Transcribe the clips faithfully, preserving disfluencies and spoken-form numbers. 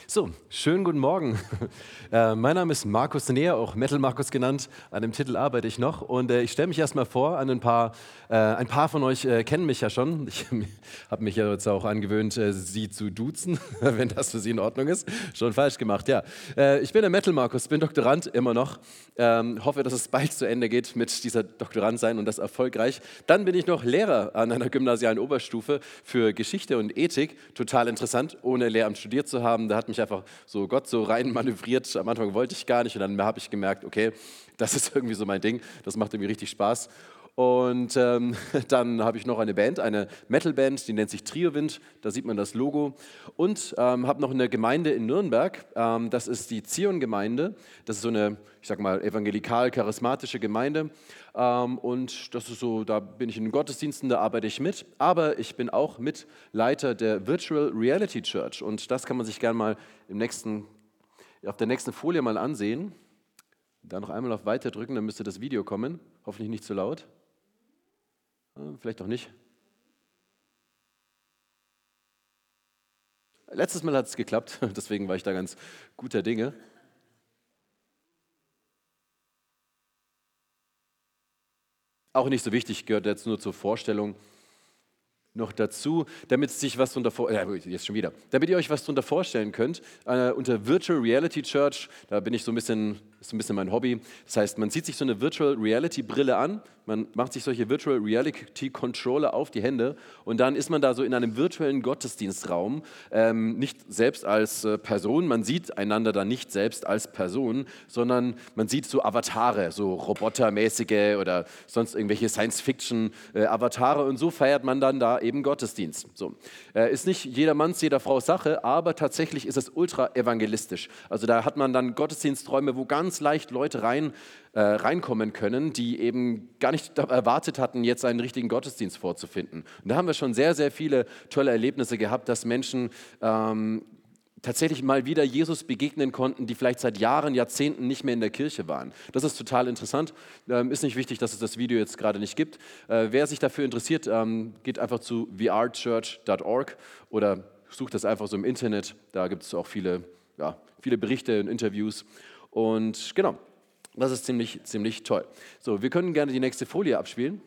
So, schönen guten Morgen. Äh, mein Name ist Markus Näher, auch Metal Markus genannt. An dem Titel arbeite ich noch und äh, ich stelle mich erstmal vor an ein paar. Äh, ein paar von euch äh, kennen mich ja schon. Ich habe mich ja jetzt auch angewöhnt, äh, sie zu duzen, wenn das für sie in Ordnung ist. Schon falsch gemacht, ja. Äh, ich bin der Metal Markus, bin Doktorand immer noch. Ähm, hoffe, dass es bald zu Ende geht mit dieser Doktorandsein und das erfolgreich. Dann bin ich noch Lehrer an einer gymnasialen Oberstufe für Geschichte und Ethik. Total interessant, ohne Lehramt studiert zu haben. Da hat mich einfach so Gott so rein manövriert. Am Anfang wollte ich gar nicht und dann habe ich gemerkt, okay, das ist irgendwie so mein Ding. Das macht irgendwie richtig Spaß. Und ähm, dann habe ich noch eine Band, eine Metalband, die nennt sich Triowind, da sieht man das Logo. Und ähm, habe noch eine Gemeinde in Nürnberg, ähm, das ist die Zion-Gemeinde. Das ist so eine, ich sag mal, evangelikal-charismatische Gemeinde. Ähm, und das ist so, da bin ich in den Gottesdiensten, da arbeite ich mit. Aber ich bin auch Mitleiter der Virtual Reality Church. Und das kann man sich gerne mal im nächsten, auf der nächsten Folie mal ansehen. Da noch einmal auf Weiter drücken, dann müsste das Video kommen. Hoffentlich nicht zu laut. Vielleicht auch nicht. Letztes Mal hat es geklappt, deswegen war ich da ganz guter Dinge. Auch nicht so wichtig, gehört jetzt nur zur Vorstellung noch dazu, damit sich was drunter vor, äh, jetzt schon wieder, damit ihr euch was drunter vorstellen könnt. Äh, unter Virtual Reality Church, da bin ich so ein bisschen, ist so ein bisschen mein Hobby. Das heißt, man zieht sich so eine Virtual Reality Brille an, man macht sich solche Virtual Reality Controller auf die Hände und dann ist man da so in einem virtuellen Gottesdienstraum, ähm, nicht selbst als äh, Person, man sieht einander da nicht selbst als Person, sondern man sieht so Avatare, so robotermäßige oder sonst irgendwelche Science-Fiction-Avatare und so feiert man dann da eben Gottesdienst. So. Äh, ist nicht jedermanns, jeder Frau Sache, aber tatsächlich ist es ultra evangelistisch. Also da hat man dann Gottesdiensträume, wo ganz leicht Leute rein, äh, reinkommen können, die eben gar nicht erwartet hatten, jetzt einen richtigen Gottesdienst vorzufinden. Und da haben wir schon sehr, sehr viele tolle Erlebnisse gehabt, dass Menschen ähm, tatsächlich mal wieder Jesus begegnen konnten, die vielleicht seit Jahren, Jahrzehnten nicht mehr in der Kirche waren. Das ist total interessant. Ähm, ist nicht wichtig, dass es das Video jetzt gerade nicht gibt. Äh, wer sich dafür interessiert, ähm, geht einfach zu v r church dot org oder sucht das einfach so im Internet. Da gibt es auch viele, ja, viele Berichte und Interviews. Und genau, das ist ziemlich, ziemlich toll. So, wir können gerne die nächste Folie abspielen.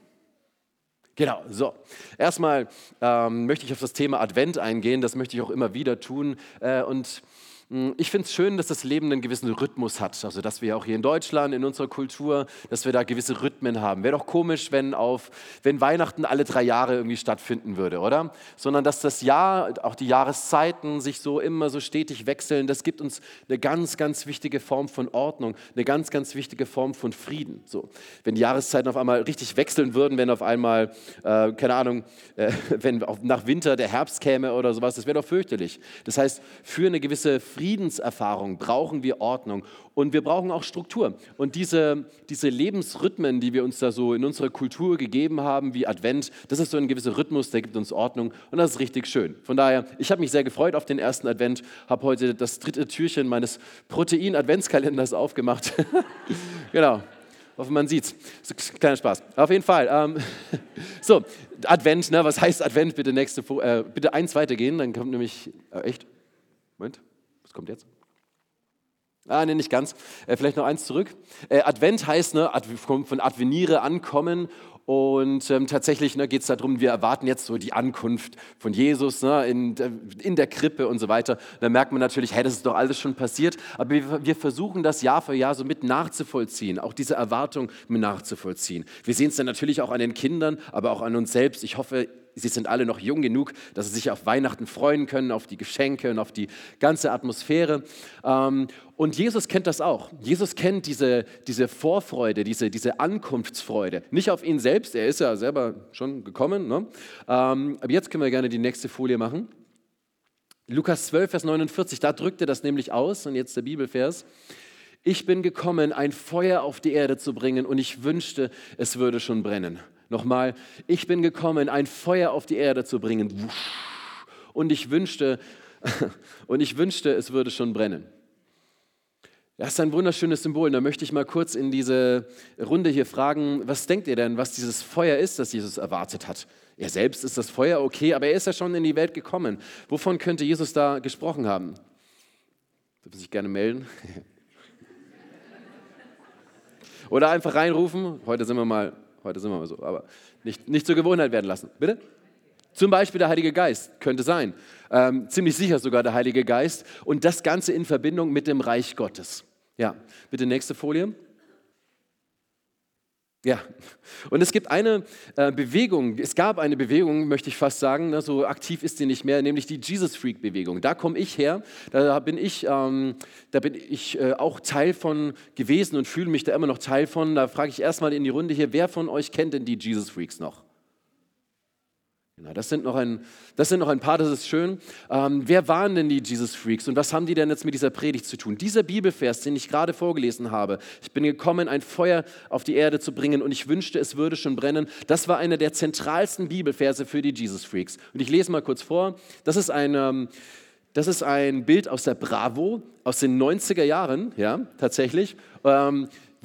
Genau, so. Erstmal ähm, möchte ich auf das Thema Advent eingehen, das möchte ich auch immer wieder tun. Äh, und mh, ich finde es schön, dass das Leben einen gewissen Rhythmus hat. Also, dass wir auch hier in Deutschland, in unserer Kultur, dass wir da gewisse Rhythmen haben. Wäre doch komisch, wenn, auf, wenn Weihnachten alle drei Jahre irgendwie stattfinden würde, oder? Sondern, dass das Jahr, auch die Jahreszeiten sich so immer so stetig wechseln, das gibt uns eine ganz, ganz wichtige Form von Ordnung, eine ganz, ganz wichtige Form von Frieden. So. Wenn die Jahreszeiten auf einmal richtig wechseln würden, wenn auf einmal Äh, keine Ahnung, äh, wenn auf, nach Winter der Herbst käme oder sowas, das wäre doch fürchterlich. Das heißt, für eine gewisse Friedenserfahrung brauchen wir Ordnung und wir brauchen auch Struktur. Und diese, diese Lebensrhythmen, die wir uns da so in unserer Kultur gegeben haben, wie Advent, das ist so ein gewisser Rhythmus, der gibt uns Ordnung und das ist richtig schön. Von daher, ich habe mich sehr gefreut auf den ersten Advent, habe heute das dritte Türchen meines Protein-Adventskalenders aufgemacht. Genau. Hoffe, man sieht's. So, kleiner Spaß. Auf jeden Fall. Ähm, so, Advent, ne? Was heißt Advent? Bitte nächste, äh, bitte eins weitergehen, dann kommt nämlich, äh, echt? Moment, was kommt jetzt? Ah, ne, nicht ganz. Äh, vielleicht noch eins zurück. Äh, Advent heißt, ne, Ad, von Advenire, ankommen. Und ähm, tatsächlich ne, geht es darum, wir erwarten jetzt so die Ankunft von Jesus ne, in, in der Krippe und so weiter. Da merkt man natürlich, hey, das ist doch alles schon passiert. Aber wir, wir versuchen das Jahr für Jahr so mit nachzuvollziehen, auch diese Erwartung mit nachzuvollziehen. Wir sehen es dann natürlich auch an den Kindern, aber auch an uns selbst. Ich hoffe, Sie sind alle noch jung genug, dass Sie sich auf Weihnachten freuen können, auf die Geschenke und auf die ganze Atmosphäre. Und Jesus kennt das auch. Jesus kennt diese, diese Vorfreude, diese, diese Ankunftsfreude. Nicht auf ihn selbst, er ist ja selber schon gekommen. Ne? Aber jetzt können wir gerne die nächste Folie machen. Lukas zwölf, Vers neunundvierzig, da drückt er das nämlich aus. Und jetzt der Bibelvers. Ich bin gekommen, ein Feuer auf die Erde zu bringen und ich wünschte, es würde schon brennen. Nochmal, ich bin gekommen, ein Feuer auf die Erde zu bringen. Und ich wünschte, und ich wünschte, es würde schon brennen. Das ist ein wunderschönes Symbol. Da möchte ich mal kurz in diese Runde hier fragen, was denkt ihr denn, was dieses Feuer ist, das Jesus erwartet hat? Er selbst ist das Feuer, okay, aber er ist ja schon in die Welt gekommen. Wovon könnte Jesus da gesprochen haben? Dürfen sich gerne melden. Oder einfach reinrufen. Heute sind wir mal, heute sind wir mal so, aber nicht, nicht zur Gewohnheit werden lassen. Bitte? Zum Beispiel der Heilige Geist, könnte sein. Ähm, ziemlich sicher sogar der Heilige Geist. Und das Ganze in Verbindung mit dem Reich Gottes. Ja, bitte nächste Folie. Ja, und es gibt eine äh, Bewegung, es gab eine Bewegung, möchte ich fast sagen, ne, so aktiv ist sie nicht mehr, nämlich die Jesus-Freak-Bewegung. Da komme ich her, da bin ich, ähm, da bin ich äh, auch Teil von gewesen und fühle mich da immer noch Teil von. Da frage ich erstmal in die Runde hier, wer von euch kennt denn die Jesus-Freaks noch? Genau, das sind noch ein, das sind noch ein paar, das ist schön. Ähm, wer waren denn die Jesus Freaks und was haben die denn jetzt mit dieser Predigt zu tun? Dieser Bibelvers, den ich gerade vorgelesen habe, ich bin gekommen, ein Feuer auf die Erde zu bringen und ich wünschte, es würde schon brennen, das war einer der zentralsten Bibelverse für die Jesus Freaks. Und ich lese mal kurz vor, das ist ein, ähm, das ist ein Bild aus der Bravo, aus den neunziger Jahren, ja, tatsächlich. Ähm,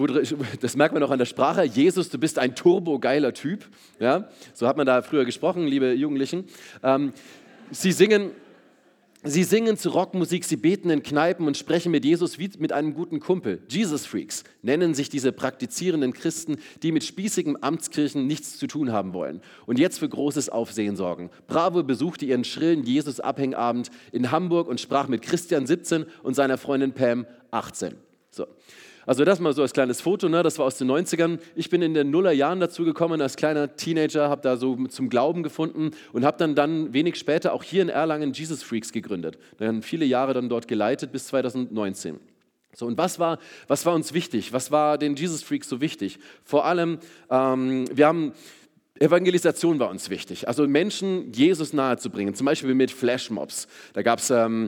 Das merkt man auch an der Sprache. Jesus, du bist ein turbogeiler Typ. Ja, so hat man da früher gesprochen, liebe Jugendlichen. Ähm, sie, singen, sie singen zu Rockmusik, sie beten in Kneipen und sprechen mit Jesus wie mit einem guten Kumpel. Jesus Freaks nennen sich diese praktizierenden Christen, die mit spießigen Amtskirchen nichts zu tun haben wollen und jetzt für großes Aufsehen sorgen. Bravo besuchte ihren schrillen Jesus-Abhängabend in Hamburg und sprach mit Christian siebzehn und seiner Freundin Pam achtzehn. So. Also das mal so als kleines Foto, ne? Das war aus den neunzigern. Ich bin in den Nullerjahren dazu gekommen als kleiner Teenager, habe da so zum Glauben gefunden und habe dann, dann wenig später auch hier in Erlangen Jesus Freaks gegründet. Dann viele Jahre dann dort geleitet bis zweitausendneunzehn. So, und was war, was war uns wichtig? Was war den Jesus Freaks so wichtig? Vor allem, ähm, wir haben... Evangelisation war uns wichtig, also Menschen Jesus nahezubringen, zum Beispiel mit Flashmobs. Da gab es ähm,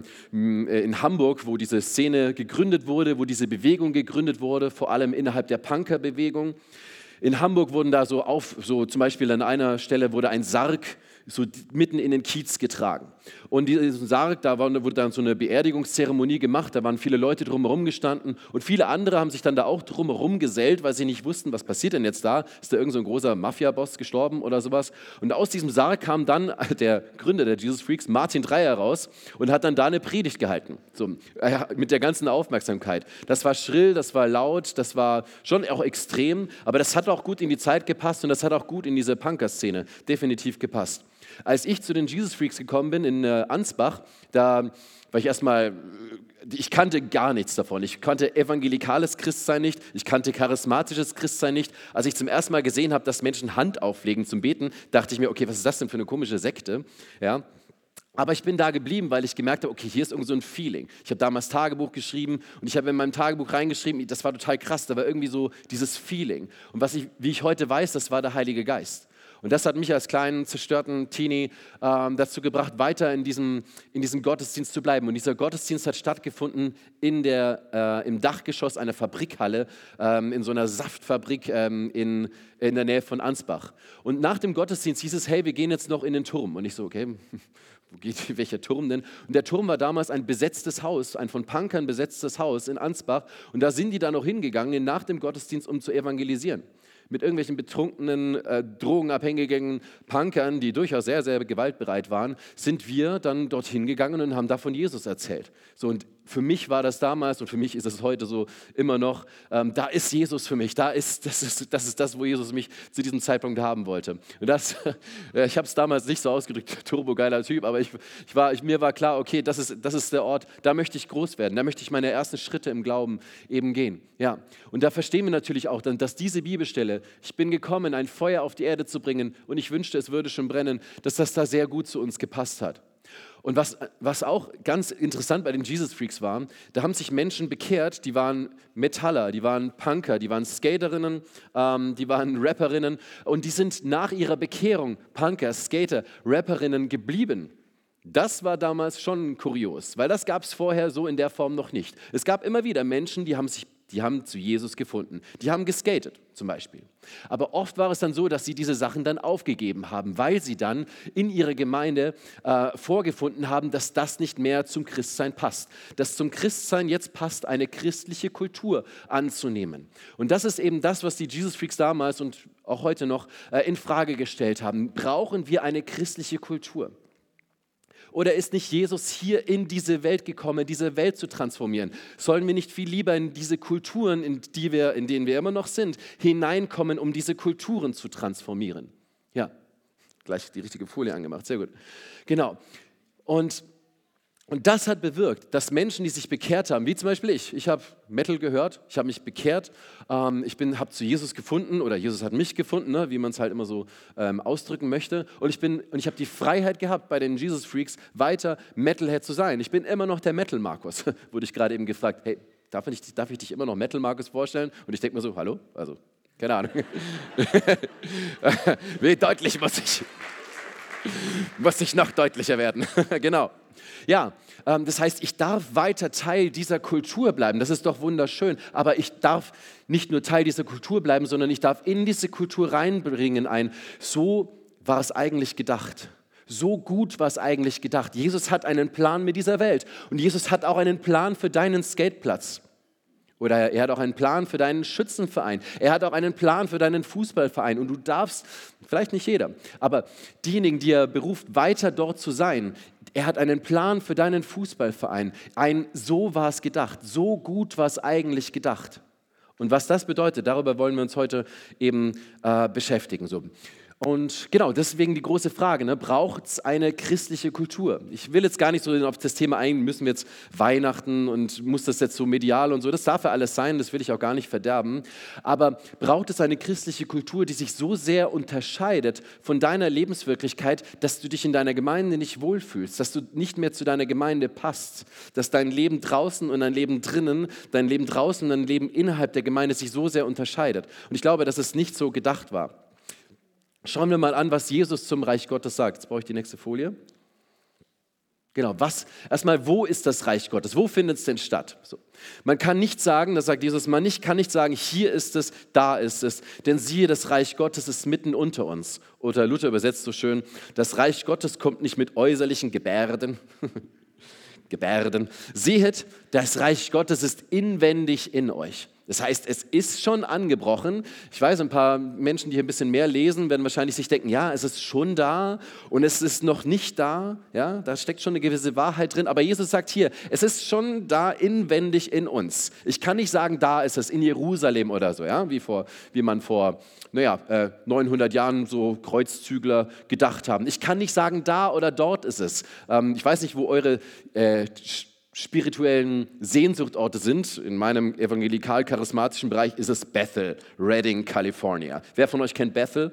in Hamburg, wo diese Szene gegründet wurde, wo diese Bewegung gegründet wurde, vor allem innerhalb der Punker-Bewegung. In Hamburg wurden da so auf, so zum Beispiel an einer Stelle wurde ein Sarg so mitten in den Kiez getragen. Und diesen Sarg, da wurde dann so eine Beerdigungszeremonie gemacht, da waren viele Leute drumherum gestanden und viele andere haben sich dann da auch drumherum gesellt, weil sie nicht wussten, was passiert denn jetzt da? Ist da irgend so ein großer Mafia-Boss gestorben oder sowas? Und aus diesem Sarg kam dann der Gründer der Jesus Freaks, Martin Dreyer, raus und hat dann da eine Predigt gehalten, so, äh, mit der ganzen Aufmerksamkeit. Das war schrill, das war laut, das war schon auch extrem, aber das hat auch gut in die Zeit gepasst und das hat auch gut in diese Punker-Szene definitiv gepasst. Als ich zu den Jesus Freaks gekommen bin in äh, Ansbach, da war ich erstmal, ich kannte gar nichts davon. Ich kannte evangelikales Christsein nicht, ich kannte charismatisches Christsein nicht. Als ich zum ersten Mal gesehen habe, dass Menschen Hand auflegen zum Beten, dachte ich mir, okay, was ist das denn für eine komische Sekte? Ja. Aber ich bin da geblieben, weil ich gemerkt habe, okay, hier ist irgendwie so ein Feeling. Ich habe damals Tagebuch geschrieben und ich habe in meinem Tagebuch reingeschrieben, das war total krass, da war irgendwie so dieses Feeling. Und was ich, wie ich heute weiß, das war der Heilige Geist. Und das hat mich als kleinen, zerstörten Teenie ähm, dazu gebracht, weiter in diesem, in diesem Gottesdienst zu bleiben. Und dieser Gottesdienst hat stattgefunden in der, äh, im Dachgeschoss einer Fabrikhalle, ähm, in so einer Saftfabrik ähm, in, in der Nähe von Ansbach. Und nach dem Gottesdienst hieß es, hey, wir gehen jetzt noch in den Turm. Und ich so, okay, wo geht, welcher Turm denn? Und der Turm war damals ein besetztes Haus, ein von Punkern besetztes Haus in Ansbach. Und da sind die dann noch hingegangen nach dem Gottesdienst, um zu evangelisieren. Mit irgendwelchen betrunkenen, äh, drogenabhängigen Punkern, die durchaus sehr, sehr gewaltbereit waren, sind wir dann dorthin gegangen und haben da von Jesus erzählt. So, und für mich war das damals und für mich ist es heute so immer noch, ähm, da ist Jesus für mich, da ist das, ist, das ist das, wo Jesus mich zu diesem Zeitpunkt haben wollte. Und das, äh, ich habe es damals nicht so ausgedrückt, turbogeiler Typ, aber ich, ich war, ich, mir war klar, okay, das ist, das ist der Ort, da möchte ich groß werden, da möchte ich meine ersten Schritte im Glauben eben gehen. Ja. Und da verstehen wir natürlich auch dann, dass diese Bibelstelle, ich bin gekommen, ein Feuer auf die Erde zu bringen und ich wünschte, es würde schon brennen, dass das da sehr gut zu uns gepasst hat. Und was, was auch ganz interessant bei den Jesus Freaks war, da haben sich Menschen bekehrt, die waren Metaller, die waren Punker, die waren Skaterinnen, ähm, die waren Rapperinnen und die sind nach ihrer Bekehrung Punker, Skater, Rapperinnen geblieben. Das war damals schon kurios, weil das gab es vorher so in der Form noch nicht. Es gab immer wieder Menschen, die haben sich Die haben zu Jesus gefunden. Die haben geskatet zum Beispiel. Aber oft war es dann so, dass sie diese Sachen dann aufgegeben haben, weil sie dann in ihrer Gemeinde äh, vorgefunden haben, dass das nicht mehr zum Christsein passt. Dass zum Christsein jetzt passt, eine christliche Kultur anzunehmen. Und das ist eben das, was die Jesus Freaks damals und auch heute noch äh, in Frage gestellt haben. Brauchen wir eine christliche Kultur? Oder ist nicht Jesus hier in diese Welt gekommen, diese Welt zu transformieren? Sollen wir nicht viel lieber in diese Kulturen, in, die wir, in denen wir immer noch sind, hineinkommen, um diese Kulturen zu transformieren? Ja, gleich die richtige Folie angemacht, sehr gut. Genau. Und Und das hat bewirkt, dass Menschen, die sich bekehrt haben, wie zum Beispiel ich, ich habe Metal gehört, ich habe mich bekehrt, ähm, ich habe zu Jesus gefunden oder Jesus hat mich gefunden, ne, wie man es halt immer so ähm, ausdrücken möchte. Und ich, bin, und ich habe die Freiheit gehabt, bei den Jesus Freaks weiter Metalhead zu sein. Ich bin immer noch der Metal-Markus, wurde ich gerade eben gefragt, hey, darf ich, darf ich dich immer noch Metal-Markus vorstellen? Und ich denke mir so, hallo, also keine Ahnung. Wie deutlich muss ich, muss ich noch deutlicher werden, genau. Ja, ähm, das heißt, ich darf weiter Teil dieser Kultur bleiben. Das ist doch wunderschön. Aber ich darf nicht nur Teil dieser Kultur bleiben, sondern ich darf in diese Kultur reinbringen ein, so war es eigentlich gedacht. So gut war es eigentlich gedacht. Jesus hat einen Plan mit dieser Welt. Und Jesus hat auch einen Plan für deinen Skateplatz. Oder er hat auch einen Plan für deinen Schützenverein. Er hat auch einen Plan für deinen Fußballverein. Und du darfst, vielleicht nicht jeder, aber diejenigen, die er beruft, weiter dort zu sein, er hat einen Plan für deinen Fußballverein. Ein so war es gedacht. So gut war es eigentlich gedacht. Und was das bedeutet, darüber wollen wir uns heute eben äh, beschäftigen. So. Und genau, deswegen die große Frage, ne, braucht es eine christliche Kultur? Ich will jetzt gar nicht so auf das Thema eingehen, müssen wir jetzt Weihnachten und muss das jetzt so medial und so, das darf ja alles sein, das will ich auch gar nicht verderben. Aber braucht es eine christliche Kultur, die sich so sehr unterscheidet von deiner Lebenswirklichkeit, dass du dich in deiner Gemeinde nicht wohlfühlst, dass du nicht mehr zu deiner Gemeinde passt, dass dein Leben draußen und dein Leben drinnen, dein Leben draußen und dein Leben innerhalb der Gemeinde sich so sehr unterscheidet? Und ich glaube, dass es nicht so gedacht war. Schauen wir mal an, was Jesus zum Reich Gottes sagt. Jetzt brauche ich die nächste Folie. Genau, was, erstmal, wo ist das Reich Gottes? Wo findet es denn statt? So. Man kann nicht sagen, das sagt Jesus, man nicht, kann nicht sagen, hier ist es, da ist es, denn siehe, das Reich Gottes ist mitten unter uns. Oder Luther übersetzt so schön, das Reich Gottes kommt nicht mit äußerlichen Gebärden, Gebärden. Sehet, das Reich Gottes ist inwendig in euch. Das heißt, es ist schon angebrochen. Ich weiß, ein paar Menschen, die hier ein bisschen mehr lesen, werden wahrscheinlich sich denken, ja, es ist schon da und es ist noch nicht da. Ja, da steckt schon eine gewisse Wahrheit drin. Aber Jesus sagt hier, es ist schon da inwendig in uns. Ich kann nicht sagen, da ist es in Jerusalem oder so, ja, wie, vor, wie man vor naja, äh, neunhundert Jahren so Kreuzzügler gedacht haben. Ich kann nicht sagen, da oder dort ist es. Ähm, ich weiß nicht, wo eure äh, spirituellen Sehnsuchtorte sind. In meinem evangelikal-charismatischen Bereich ist es Bethel, Redding, California. Wer von euch kennt Bethel?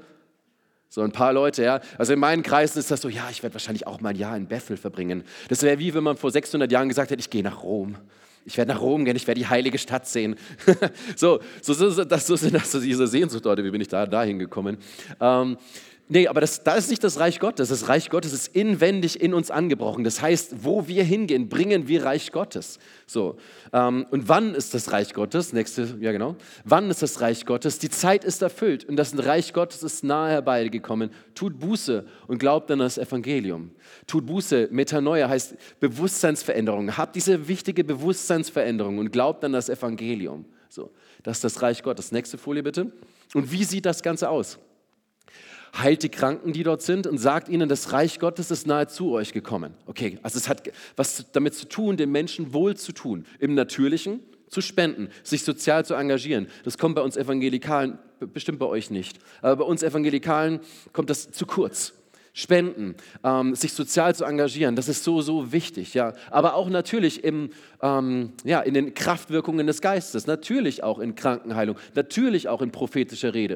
So ein paar Leute, ja. Also in meinen Kreisen ist das so, ja, ich werde wahrscheinlich auch mal ein Jahr in Bethel verbringen. Das wäre wie, wenn man vor sechshundert Jahren gesagt hätte, ich gehe nach Rom. Ich werde nach Rom gehen, ich werde die heilige Stadt sehen. so, so, so, das, so sind das so diese Sehnsuchtorte, wie bin ich da dahin gekommen? Ähm, Nee, aber das, das ist nicht das Reich Gottes. Das Reich Gottes ist inwendig in uns angebrochen. Das heißt, wo wir hingehen, bringen wir Reich Gottes. So, ähm, und wann ist das Reich Gottes? Nächste, ja genau. Wann ist das Reich Gottes? Die Zeit ist erfüllt und das Reich Gottes ist nahe herbeigekommen. Tut Buße und glaubt an das Evangelium. Tut Buße, Metanoia heißt Bewusstseinsveränderung. Habt diese wichtige Bewusstseinsveränderung und glaubt an das Evangelium. So, das ist das Reich Gottes. Nächste Folie bitte. Und wie sieht das Ganze aus? Heilt die Kranken, die dort sind und sagt ihnen, das Reich Gottes ist nahe zu euch gekommen. Okay, also es hat was damit zu tun, den Menschen wohl zu tun. Im Natürlichen zu spenden, sich sozial zu engagieren. Das kommt bei uns Evangelikalen, bestimmt bei euch nicht, aber bei uns Evangelikalen kommt das zu kurz. Spenden, ähm, sich sozial zu engagieren, das ist so, so wichtig. Ja. Aber auch natürlich im, ähm, ja, in den Kraftwirkungen des Geistes, natürlich auch in Krankenheilung, natürlich auch in prophetischer Rede.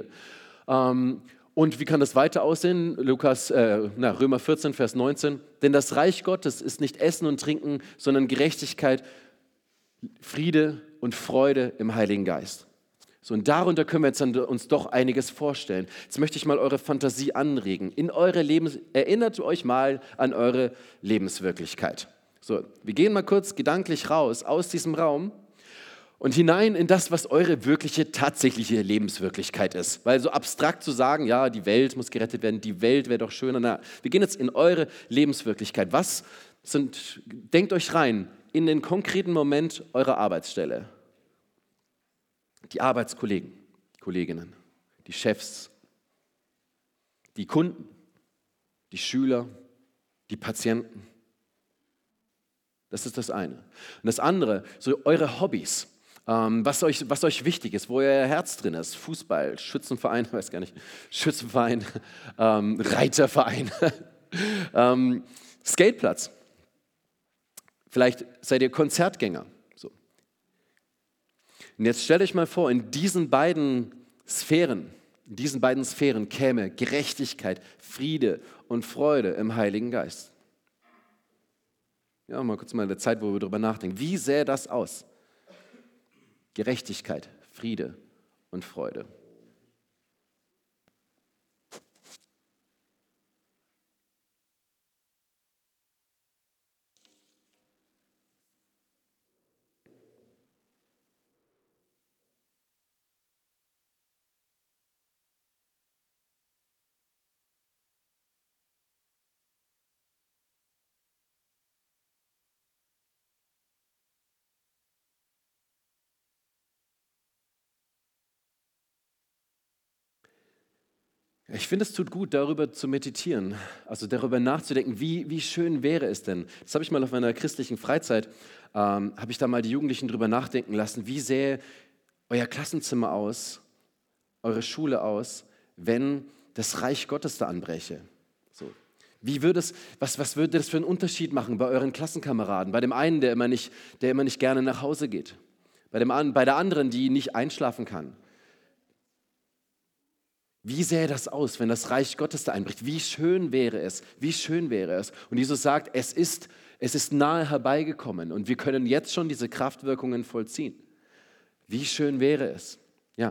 Ähm, Und wie kann das weiter aussehen? Lukas, äh, na, Römer vierzehn, Vers neunzehn. Denn das Reich Gottes ist nicht Essen und Trinken, sondern Gerechtigkeit, Friede und Freude im Heiligen Geist. So, und darunter können wir jetzt uns doch einiges vorstellen. Jetzt möchte ich mal eure Fantasie anregen. In eure Lebens Erinnert euch mal an eure Lebenswirklichkeit. So, wir gehen mal kurz gedanklich raus aus diesem Raum und hinein in das, was eure wirkliche, tatsächliche Lebenswirklichkeit ist. Weil so abstrakt zu sagen, ja, die Welt muss gerettet werden, die Welt wäre doch schöner. Na, wir gehen jetzt in eure Lebenswirklichkeit. Was sind, denkt euch rein in den konkreten Moment eurer Arbeitsstelle. Die Arbeitskollegen, Kolleginnen, die Chefs, die Kunden, die Schüler, die Patienten, Das ist das eine. Und das andere, so eure Hobbys, ähm, was, euch, was euch wichtig ist, wo euer Herz drin ist. Fußball, Schützenverein, weiß gar nicht, Schützenverein, ähm, Reiterverein, ähm, Skateplatz. Vielleicht seid ihr Konzertgänger. So. Und jetzt stellt euch mal vor, in diesen beiden Sphären, in diesen beiden Sphären käme Gerechtigkeit, Friede und Freude im Heiligen Geist. Ja, mal kurz mal eine Zeit, wo wir darüber nachdenken. Wie sähe das aus? Gerechtigkeit, Friede und Freude. Ich finde, es tut gut, darüber zu meditieren, also darüber nachzudenken, wie, wie schön wäre es denn. Das habe ich mal auf meiner christlichen Freizeit, ähm, habe ich da mal die Jugendlichen drüber nachdenken lassen, wie sähe euer Klassenzimmer aus, eure Schule aus, wenn das Reich Gottes da anbräche. So. Wie würde es, was, was würde das für einen Unterschied machen bei euren Klassenkameraden, bei dem einen, der immer nicht, der immer nicht gerne nach Hause geht, bei, dem, bei der anderen, die nicht einschlafen kann. Wie sähe das aus, wenn das Reich Gottes da einbricht? Wie schön wäre es, wie schön wäre es. Und Jesus sagt, es ist, es ist nahe herbeigekommen und wir können jetzt schon diese Kraftwirkungen vollziehen. Wie schön wäre es. Ja.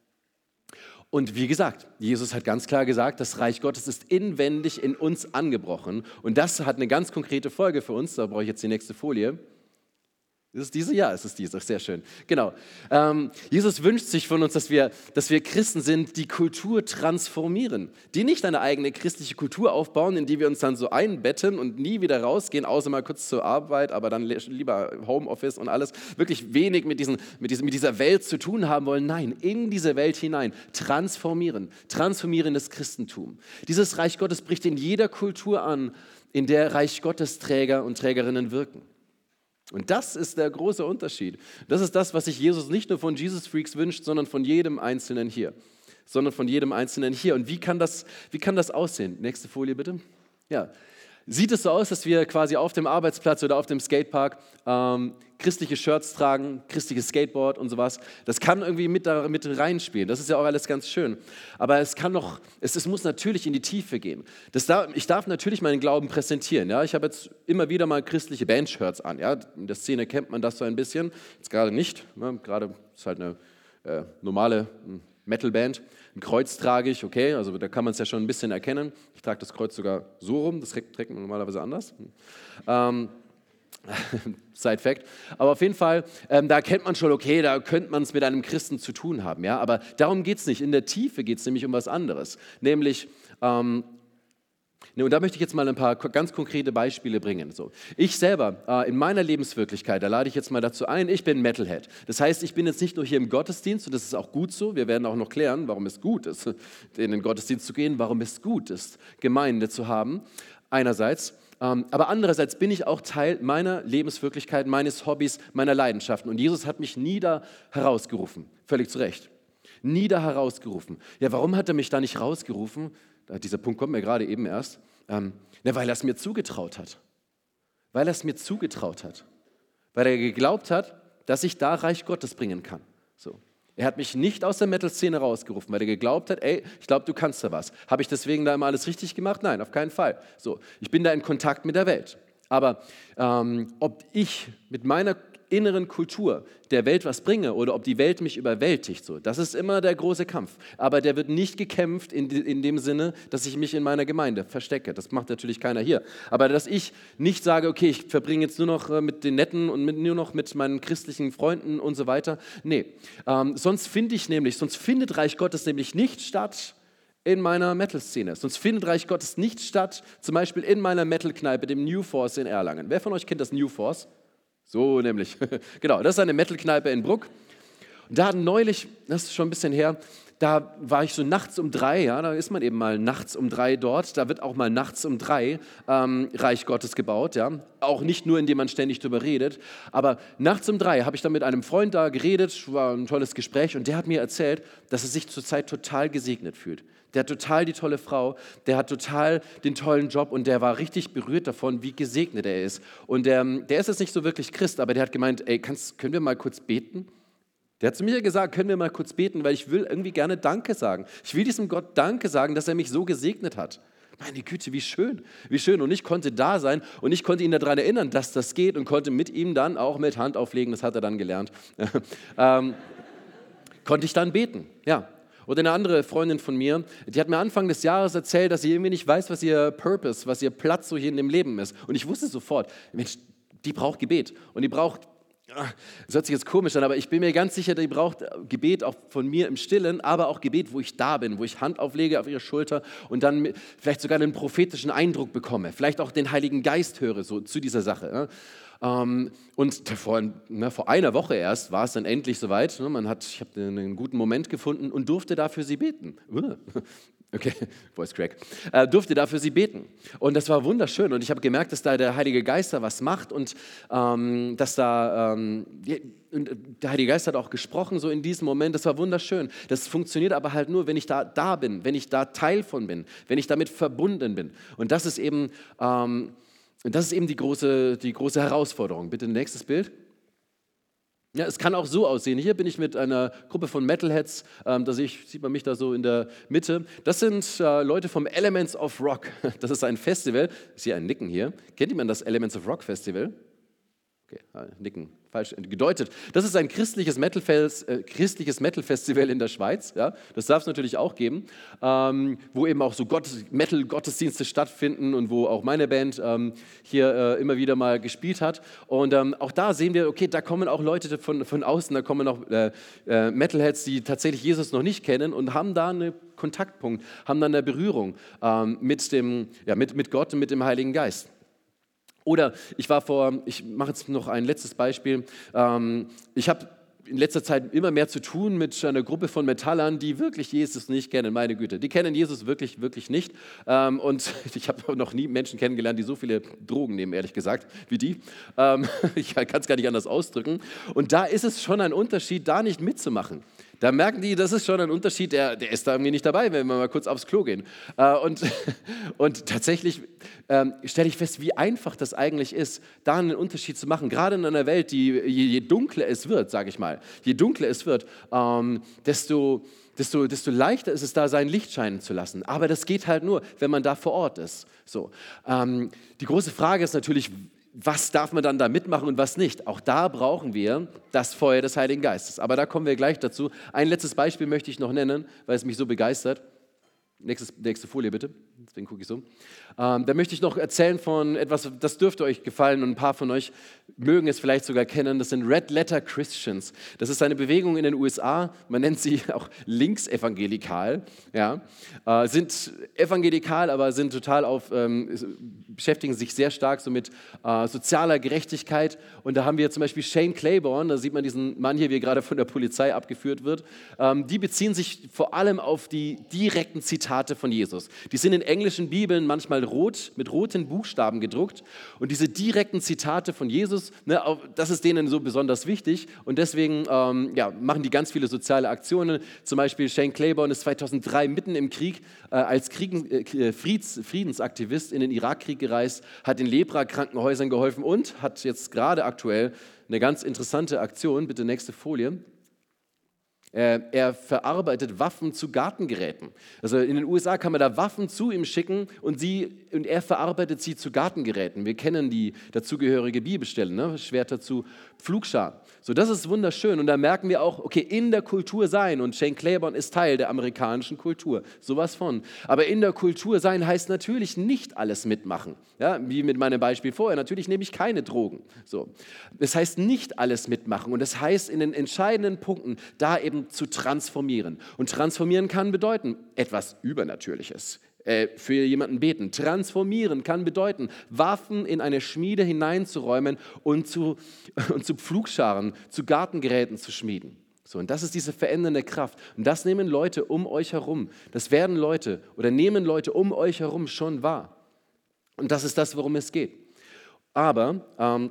Und wie gesagt, Jesus hat ganz klar gesagt, das Reich Gottes ist inwendig in uns angebrochen. Und das hat eine ganz konkrete Folge für uns. Da brauche ich jetzt die nächste Folie. Ist es diese? Ja, es ist diese. Sehr schön. Genau. Ähm, Jesus wünscht sich von uns, dass wir, dass wir Christen sind, die Kultur transformieren. Die nicht eine eigene christliche Kultur aufbauen, in die wir uns dann so einbetten und nie wieder rausgehen, außer mal kurz zur Arbeit, aber dann lieber Homeoffice und alles. Wirklich wenig mit, diesen, mit, diesen, mit dieser Welt zu tun haben wollen. Nein, in diese Welt hinein. Transformieren. Transformierendes Christentum. Dieses Reich Gottes bricht in jeder Kultur an, in der Reich Gottes Träger und Trägerinnen wirken. Und das ist der große Unterschied. Das ist das, was sich Jesus nicht nur von Jesus Freaks wünscht, sondern von jedem Einzelnen hier. Sondern von jedem Einzelnen hier. Und wie kann das, wie kann das aussehen? Nächste Folie bitte. Ja. Sieht es so aus, dass wir quasi auf dem Arbeitsplatz oder auf dem Skatepark ähm, christliche Shirts tragen, christliches Skateboard und sowas? Das kann irgendwie mit, da, mit reinspielen. Das ist ja auch alles ganz schön. Aber es kann noch, es, es muss natürlich in die Tiefe gehen. Das darf, ich darf natürlich meinen Glauben präsentieren. Ja? Ich habe jetzt immer wieder mal christliche Bandshirts an. Ja? In der Szene kennt man das so ein bisschen. Jetzt gerade nicht. Ne? Gerade ist halt eine äh, normale Metalband. Ein Kreuz trage ich, okay, also da kann man es ja schon ein bisschen erkennen. Ich trage das Kreuz sogar so rum, das trägt man normalerweise anders. Ähm, Side-Fact. Aber auf jeden Fall, ähm, da kennt man schon, okay, da könnte man es mit einem Christen zu tun haben. Ja? Aber darum geht es nicht. In der Tiefe geht es nämlich um was anderes. Nämlich, ähm, Ne, und da möchte ich jetzt mal ein paar ganz konkrete Beispiele bringen. So. Ich selber, äh, in meiner Lebenswirklichkeit, da lade ich jetzt mal dazu ein, ich bin Metalhead. Das heißt, ich bin jetzt nicht nur hier im Gottesdienst, und das ist auch gut so, wir werden auch noch klären, warum es gut ist, in den Gottesdienst zu gehen, warum es gut ist, Gemeinde zu haben, einerseits. Ähm, aber andererseits bin ich auch Teil meiner Lebenswirklichkeit, meines Hobbys, meiner Leidenschaften. Und Jesus hat mich nie da herausgerufen, völlig zu Recht. Nie da herausgerufen. Ja, warum hat er mich da nicht rausgerufen? Dieser Punkt kommt mir gerade eben erst. Ähm, ne, weil er es mir zugetraut hat. Weil er es mir zugetraut hat. Weil er geglaubt hat, dass ich da Reich Gottes bringen kann. So. Er hat mich nicht aus der Metal-Szene rausgerufen, weil er geglaubt hat, ey, ich glaube, du kannst da was. Habe ich deswegen da immer alles richtig gemacht? Nein, auf keinen Fall. So. Ich bin da in Kontakt mit der Welt. Aber ähm, ob ich mit meiner inneren Kultur der Welt was bringe oder ob die Welt mich überwältigt, so, das ist immer der große Kampf. Aber der wird nicht gekämpft in, in dem Sinne, dass ich mich in meiner Gemeinde verstecke. Das macht natürlich keiner hier. Aber dass ich nicht sage, okay, ich verbringe jetzt nur noch mit den Netten und mit, nur noch mit meinen christlichen Freunden und so weiter. Nee, ähm, sonst finde ich nämlich, sonst findet Reich Gottes nämlich nicht statt in meiner Metal-Szene. Sonst findet Reich Gottes nicht statt, zum Beispiel in meiner Metal-Kneipe, dem New Force in Erlangen. Wer von euch kennt das New Force? So nämlich. Genau, das ist eine Metal-Kneipe in Bruck. Und da neulich, das ist schon ein bisschen her, da war ich so nachts um drei, ja, da ist man eben mal nachts um drei dort, da wird auch mal nachts um drei ähm, Reich Gottes gebaut, ja, auch nicht nur, indem man ständig drüber redet, aber nachts um drei habe ich dann mit einem Freund da geredet, war ein tolles Gespräch und der hat mir erzählt, dass er sich zurzeit total gesegnet fühlt. Der hat total die tolle Frau, der hat total den tollen Job und der war richtig berührt davon, wie gesegnet er ist. Und der, der ist jetzt nicht so wirklich Christ, aber der hat gemeint, ey, kannst, können wir mal kurz beten? Der hat zu mir gesagt, können wir mal kurz beten, weil ich will irgendwie gerne Danke sagen. Ich will diesem Gott Danke sagen, dass er mich so gesegnet hat. Meine Güte, wie schön, wie schön. Und ich konnte da sein und ich konnte ihn daran erinnern, dass das geht und konnte mit ihm dann auch mit Hand auflegen, das hat er dann gelernt, ähm, konnte ich dann beten, ja. Oder eine andere Freundin von mir, die hat mir Anfang des Jahres erzählt, dass sie irgendwie nicht weiß, was ihr Purpose, was ihr Platz so hier in dem Leben ist. Und ich wusste sofort, Mensch, die braucht Gebet und die braucht, das hört sich jetzt komisch an, aber ich bin mir ganz sicher, die braucht Gebet auch von mir im Stillen, aber auch Gebet, wo ich da bin, wo ich Hand auflege auf ihre Schulter und dann vielleicht sogar einen prophetischen Eindruck bekomme, vielleicht auch den Heiligen Geist höre, so zu dieser Sache. Ähm, und vor, ne, vor einer Woche erst war es dann endlich soweit. Ne, man hat, ich habe einen guten Moment gefunden und durfte dafür sie beten. Okay, Voice Crack. Äh, durfte dafür sie beten. Und das war wunderschön. Und ich habe gemerkt, dass da der Heilige Geist da was macht und ähm, dass da, ähm, der Heilige Geist hat auch gesprochen so in diesem Moment. Das war wunderschön. Das funktioniert aber halt nur, wenn ich da, da bin, wenn ich da Teil von bin, wenn ich damit verbunden bin. Und das ist eben, ähm, das ist eben die große, die große Herausforderung. Bitte nächstes Bild. Ja, es kann auch so aussehen. Hier bin ich mit einer Gruppe von Metalheads, ähm, da sehe ich, sieht man mich da so in der Mitte. Das sind äh, Leute vom Elements of Rock. Das ist ein Festival. Ich sehe ein Nicken hier. Kennt jemand das Elements of Rock Festival? Okay, Nicken, falsch gedeutet. Das ist ein christliches Metal-Fest, äh, christliches Metal-Festival in der Schweiz. Ja? Das darf es natürlich auch geben, ähm, wo eben auch so Gott, Metal-Gottesdienste stattfinden und wo auch meine Band ähm, hier äh, immer wieder mal gespielt hat. Und ähm, auch da sehen wir, okay, da kommen auch Leute von, von außen, da kommen auch äh, äh, Metalheads, die tatsächlich Jesus noch nicht kennen und haben da einen Kontaktpunkt, haben dann eine Berührung ähm, mit, dem, ja, mit, mit Gott und mit dem Heiligen Geist. Oder ich war vor, ich mache jetzt noch ein letztes Beispiel, ähm, ich habe in letzter Zeit immer mehr zu tun mit einer Gruppe von Metallern, die wirklich Jesus nicht kennen, meine Güte. Die kennen Jesus wirklich, wirklich nicht. Ähm, und ich habe noch nie Menschen kennengelernt, die so viele Drogen nehmen, ehrlich gesagt, wie die. Ähm, ich kann es gar nicht anders ausdrücken. Und da ist es schon ein Unterschied, da nicht mitzumachen. Da merken die, das ist schon ein Unterschied, der, der ist da irgendwie nicht dabei, wenn wir mal kurz aufs Klo gehen. Äh, und, und tatsächlich ähm, stelle ich fest, wie einfach das eigentlich ist, da einen Unterschied zu machen. Gerade in einer Welt, die je, je dunkler es wird, sage ich mal, je dunkler es wird, ähm, desto, desto, desto leichter ist es da, sein Licht scheinen zu lassen. Aber das geht halt nur, wenn man da vor Ort ist. So. Ähm, die große Frage ist natürlich, was darf man dann da mitmachen und was nicht? Auch da brauchen wir das Feuer des Heiligen Geistes. Aber da kommen wir gleich dazu. Ein letztes Beispiel möchte ich noch nennen, weil es mich so begeistert. Nächstes, nächste Folie bitte, deswegen gucke ich so. Ähm, da möchte ich noch erzählen von etwas, das dürfte euch gefallen und ein paar von euch mögen es vielleicht sogar kennen. Das sind Red Letter Christians. Das ist eine Bewegung in den U S A, man nennt sie auch linksevangelikal. Ja. Äh, sind evangelikal, aber sind total auf, ähm, beschäftigen sich sehr stark so mit äh, sozialer Gerechtigkeit. Und da haben wir zum Beispiel Shane Claiborne, da sieht man diesen Mann hier, wie er gerade von der Polizei abgeführt wird. Ähm, die beziehen sich vor allem auf die direkten Zitate von Jesus. Die sind in englischen Bibeln manchmal rot, mit roten Buchstaben gedruckt. Und diese direkten Zitate von Jesus, ne, das ist denen so besonders wichtig. Und deswegen ähm, ja, machen die ganz viele soziale Aktionen. Zum Beispiel Shane Claiborne ist zweitausenddrei mitten im Krieg äh, als Kriegen, äh, Frieds, Friedensaktivist in den Irakkrieg gereist, hat in Lepra-Krankenhäusern geholfen und hat jetzt gerade aktuell eine ganz interessante Aktion. Bitte nächste Folie. Er verarbeitet Waffen zu Gartengeräten. Also in den U S A kann man da Waffen zu ihm schicken und, sie, und er verarbeitet sie zu Gartengeräten. Wir kennen die dazugehörige Bibelstelle, ne? Schwerter zu Pflugscharen. So, das ist wunderschön und da merken wir auch, okay, in der Kultur sein und Shane Claiborne ist Teil der amerikanischen Kultur, sowas von. Aber in der Kultur sein heißt natürlich nicht alles mitmachen, ja? Wie mit meinem Beispiel vorher, natürlich nehme ich keine Drogen. So. Das heißt nicht alles mitmachen und das heißt in den entscheidenden Punkten da eben zu transformieren. Und transformieren kann bedeuten etwas Übernatürliches. Äh, für jemanden beten. Transformieren kann bedeuten, Waffen in eine Schmiede hineinzuräumen und zu, und zu Pflugscharen, zu Gartengeräten zu schmieden. So, und das ist diese verändernde Kraft. Und das nehmen Leute um euch herum. Das werden Leute oder nehmen Leute um euch herum schon wahr. Und das ist das, worum es geht. Aber ähm,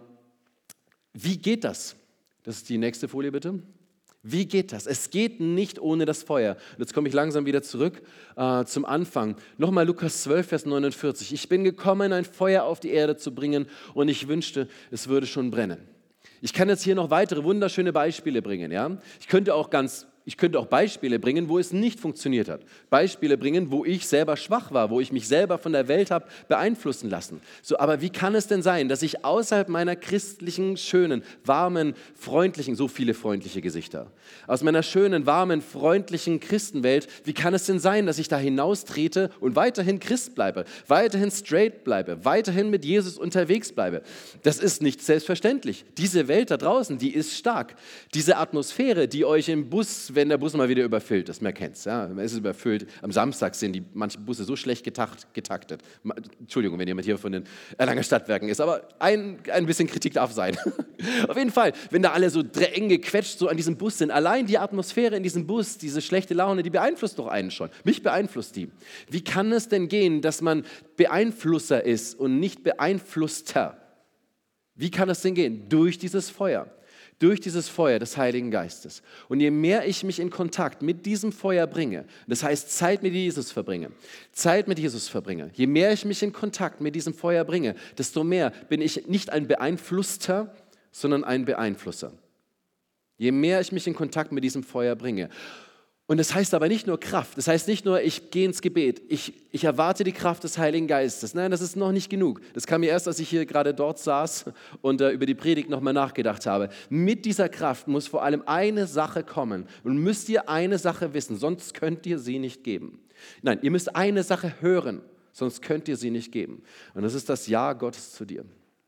wie geht das? Das ist die nächste Folie, bitte. Wie geht das? Es geht nicht ohne das Feuer. Und jetzt komme ich langsam wieder zurück äh, zum Anfang. Nochmal Lukas zwölf, Vers neunundvierzig. Ich bin gekommen, ein Feuer auf die Erde zu bringen und ich wünschte, es würde schon brennen. Ich kann jetzt hier noch weitere wunderschöne Beispiele bringen. Ja? Ich könnte auch ganz Ich könnte auch Beispiele bringen, wo es nicht funktioniert hat. Beispiele bringen, wo ich selber schwach war, wo ich mich selber von der Welt habe beeinflussen lassen. So, aber wie kann es denn sein, dass ich außerhalb meiner christlichen, schönen, warmen, freundlichen, so viele freundliche Gesichter, aus meiner schönen, warmen, freundlichen Christenwelt, wie kann es denn sein, dass ich da hinaustrete und weiterhin Christ bleibe, weiterhin straight bleibe, weiterhin mit Jesus unterwegs bleibe? Das ist nicht selbstverständlich. Diese Welt da draußen, die ist stark. Diese Atmosphäre, die euch im Bus, wenn der Bus mal wieder überfüllt ist, man kennt es, ja, es ist überfüllt. Am Samstag sind die manche Busse so schlecht getakt, getaktet. Entschuldigung, wenn jemand hier von den Erlanger Stadtwerken ist, aber ein, ein bisschen Kritik darf sein. Auf jeden Fall, wenn da alle so eng gequetscht so an diesem Bus sind, allein die Atmosphäre in diesem Bus, diese schlechte Laune, die beeinflusst doch einen schon. Mich beeinflusst die. Wie kann es denn gehen, dass man Beeinflusser ist und nicht Beeinflusster? Wie kann es denn gehen? Durch dieses Feuer. Durch dieses Feuer des Heiligen Geistes. Und je mehr ich mich in Kontakt mit diesem Feuer bringe, das heißt Zeit mit Jesus verbringe, Zeit mit Jesus verbringe, je mehr ich mich in Kontakt mit diesem Feuer bringe, desto mehr bin ich nicht ein Beeinflusster, sondern ein Beeinflusser. Je mehr ich mich in Kontakt mit diesem Feuer bringe. Und das heißt aber nicht nur Kraft, das heißt nicht nur, ich gehe ins Gebet, ich, ich erwarte die Kraft des Heiligen Geistes. Nein, das ist noch nicht genug. Das kam mir erst, als ich hier gerade dort saß und äh, über die Predigt nochmal nachgedacht habe. Mit dieser Kraft muss vor allem eine Sache kommen und müsst ihr eine Sache wissen, sonst könnt ihr sie nicht geben. Nein, ihr müsst eine Sache hören, sonst könnt ihr sie nicht geben. Und das ist das Ja Gottes zu dir.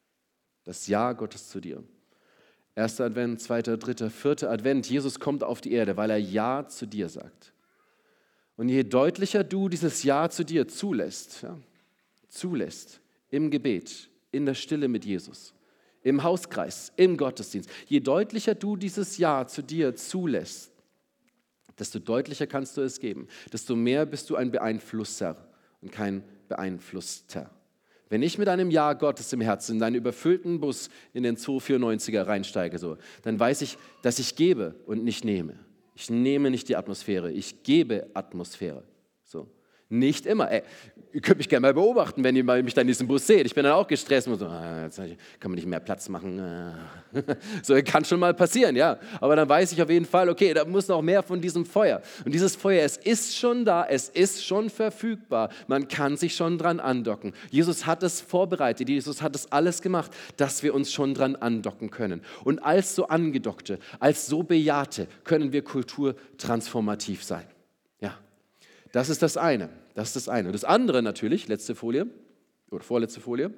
Das Ja Gottes zu dir. Erster Advent, zweiter, dritter, vierter Advent. Jesus kommt auf die Erde, weil er Ja zu dir sagt. Und je deutlicher du dieses Ja zu dir zulässt, ja, zulässt im Gebet, in der Stille mit Jesus, im Hauskreis, im Gottesdienst, je deutlicher du dieses Ja zu dir zulässt, desto deutlicher kannst du es geben, desto mehr bist du ein Beeinflusser und kein Beeinflusster. Wenn ich mit einem Ja Gottes im Herzen in deinen überfüllten Bus in den zweihundertvierundneunziger reinsteige, so, dann weiß ich, dass ich gebe und nicht nehme. Ich nehme nicht die Atmosphäre, ich gebe Atmosphäre. So. Nicht immer. Ey, ihr könnt mich gerne mal beobachten, wenn ihr mich dann in diesem Bus seht. Ich bin dann auch gestresst und so, ah, jetzt kann man nicht mehr Platz machen. So, kann schon mal passieren, ja. Aber dann weiß ich auf jeden Fall, okay, da muss noch mehr von diesem Feuer. Und dieses Feuer, es ist schon da, es ist schon verfügbar. Man kann sich schon dran andocken. Jesus hat es vorbereitet, Jesus hat es alles gemacht, dass wir uns schon dran andocken können. Und als so Angedockte, als so Bejahte können wir kulturtransformativ sein. Ja. Das ist das eine. Das ist das eine. Und das andere natürlich, letzte Folie oder vorletzte Folie,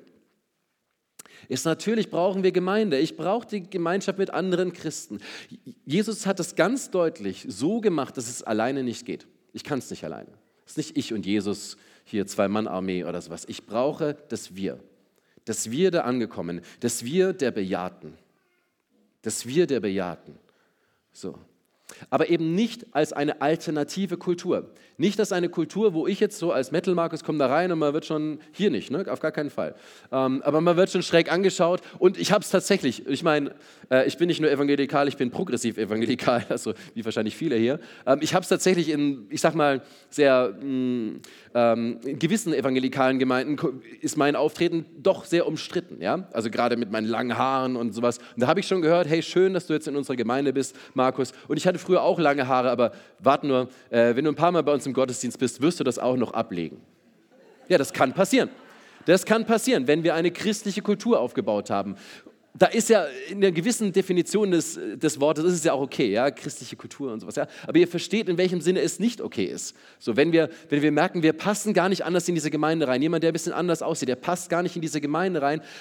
ist natürlich, brauchen wir Gemeinde. Ich brauche die Gemeinschaft mit anderen Christen. Jesus hat es ganz deutlich so gemacht, dass es alleine nicht geht. Ich kann es nicht alleine. Es ist nicht ich und Jesus, hier Zwei-Mann-Armee oder sowas. Ich brauche das Wir. Das Wir der Angekommenen. Das Wir der Bejahten. Das Wir der Bejahten. So. Aber eben nicht als eine alternative Kultur. Nicht als eine Kultur, wo ich jetzt so als Metal-Markus komme da rein und man wird schon, hier nicht, ne? Auf gar keinen Fall. Ähm, aber man wird schon schräg angeschaut und ich habe es tatsächlich, ich meine, äh, ich bin nicht nur evangelikal, ich bin progressiv evangelikal, also wie wahrscheinlich viele hier. Ähm, ich habe es tatsächlich in, ich sag mal, sehr, mh, ähm, in gewissen evangelikalen Gemeinden ist mein Auftreten doch sehr umstritten, ja? Also gerade mit meinen langen Haaren und sowas. Und da habe ich schon gehört, hey, schön, dass du jetzt in unserer Gemeinde bist, Markus. Und ich hatte früher auch lange Haare, aber warte nur, äh, wenn du ein paar Mal bei uns im Gottesdienst bist, wirst du das auch noch ablegen. Ja, das kann passieren. Das kann passieren, wenn wir eine christliche Kultur aufgebaut haben. Da ist ja in einer gewissen Definition des, des Wortes, ist es ja auch okay, ja, christliche Kultur und sowas. Ja. Aber ihr versteht, in welchem Sinne es nicht okay ist. So, wenn wir, wenn wir merken, wir passen gar nicht anders in diese Gemeinde rein, jemand, der ein bisschen anders aussieht, der passt gar nicht in diese Gemeinde rein,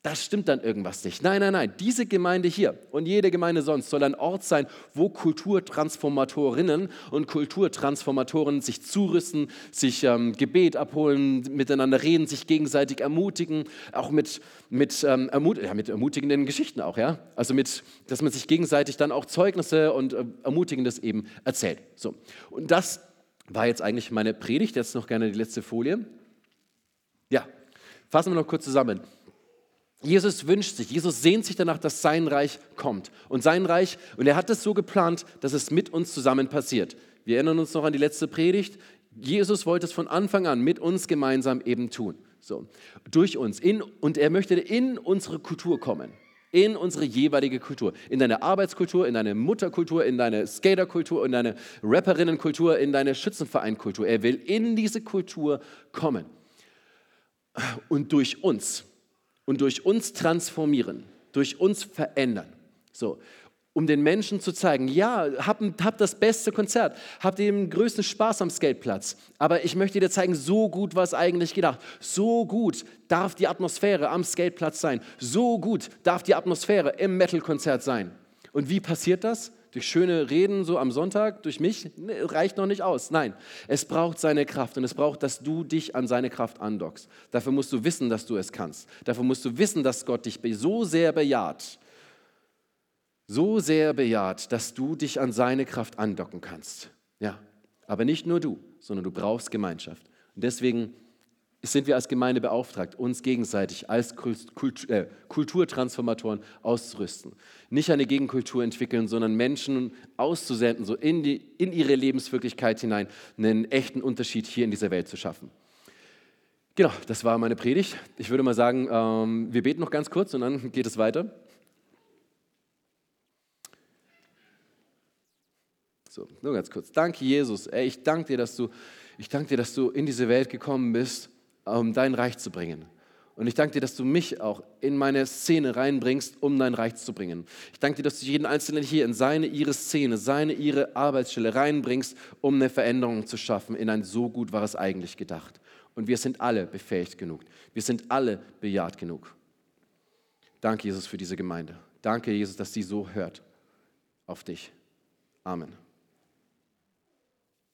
da stimmt dann irgendwas nicht. Nein, nein, nein, diese Gemeinde hier und jede Gemeinde sonst soll ein Ort sein, wo Kulturtransformatorinnen und Kulturtransformatoren sich zurüsten, sich ähm, Gebet abholen, miteinander reden, sich gegenseitig ermutigen, auch mit, mit, ähm, ermut ja, mit ermutigenden Geschichten auch, ja. Also mit, dass man sich gegenseitig dann auch Zeugnisse und äh, Ermutigendes eben erzählt. So. Und das war jetzt eigentlich meine Predigt, jetzt noch gerne die letzte Folie. Ja, fassen wir noch kurz zusammen. Jesus wünscht sich, Jesus sehnt sich danach, dass sein Reich kommt. Und sein Reich, und er hat es so geplant, dass es mit uns zusammen passiert. Wir erinnern uns noch an die letzte Predigt. Jesus wollte es von Anfang an mit uns gemeinsam eben tun. So, durch uns. In, und er möchte in unsere Kultur kommen. In unsere jeweilige Kultur. In deine Arbeitskultur, in deine Mutterkultur, in deine Skaterkultur, in deine Rapperinnenkultur, in deine Schützenvereinkultur. Er will in diese Kultur kommen. Und durch uns. Und durch uns transformieren, durch uns verändern. So, um den Menschen zu zeigen, ja, hab, hab das beste Konzert, hab den größten Spaß am Skateplatz, aber ich möchte dir zeigen, so gut war es eigentlich gedacht. So gut darf die Atmosphäre am Skateplatz sein. So gut darf die Atmosphäre im Metal-Konzert sein. Und wie passiert das? Durch schöne Reden so am Sonntag, durch mich, reicht noch nicht aus. Nein, es braucht seine Kraft und es braucht, dass du dich an seine Kraft andockst. Dafür musst du wissen, dass du es kannst. Dafür musst du wissen, dass Gott dich so sehr bejaht, so sehr bejaht, dass du dich an seine Kraft andocken kannst. Ja, aber nicht nur du, sondern du brauchst Gemeinschaft. Und deswegen sind wir als Gemeinde beauftragt, uns gegenseitig als Kultur, äh, Kulturtransformatoren auszurüsten. Nicht eine Gegenkultur entwickeln, sondern Menschen auszusenden, so in, die, in ihre Lebenswirklichkeit hinein, einen echten Unterschied hier in dieser Welt zu schaffen. Genau, das war meine Predigt. Ich würde mal sagen, ähm, wir beten noch ganz kurz und dann geht es weiter. So, nur ganz kurz. Danke, Jesus. Ey, ich danke dir, dass du, ich danke dir, dass du in diese Welt gekommen bist, um dein Reich zu bringen. Und ich danke dir, dass du mich auch in meine Szene reinbringst, um dein Reich zu bringen. Ich danke dir, dass du jeden Einzelnen hier in seine, ihre Szene, seine, ihre Arbeitsstelle reinbringst, um eine Veränderung zu schaffen in ein so gut war es eigentlich gedacht. Und wir sind alle befähigt genug. Wir sind alle bejaht genug. Danke, Jesus, für diese Gemeinde. Danke, Jesus, dass sie so hört auf dich. Amen.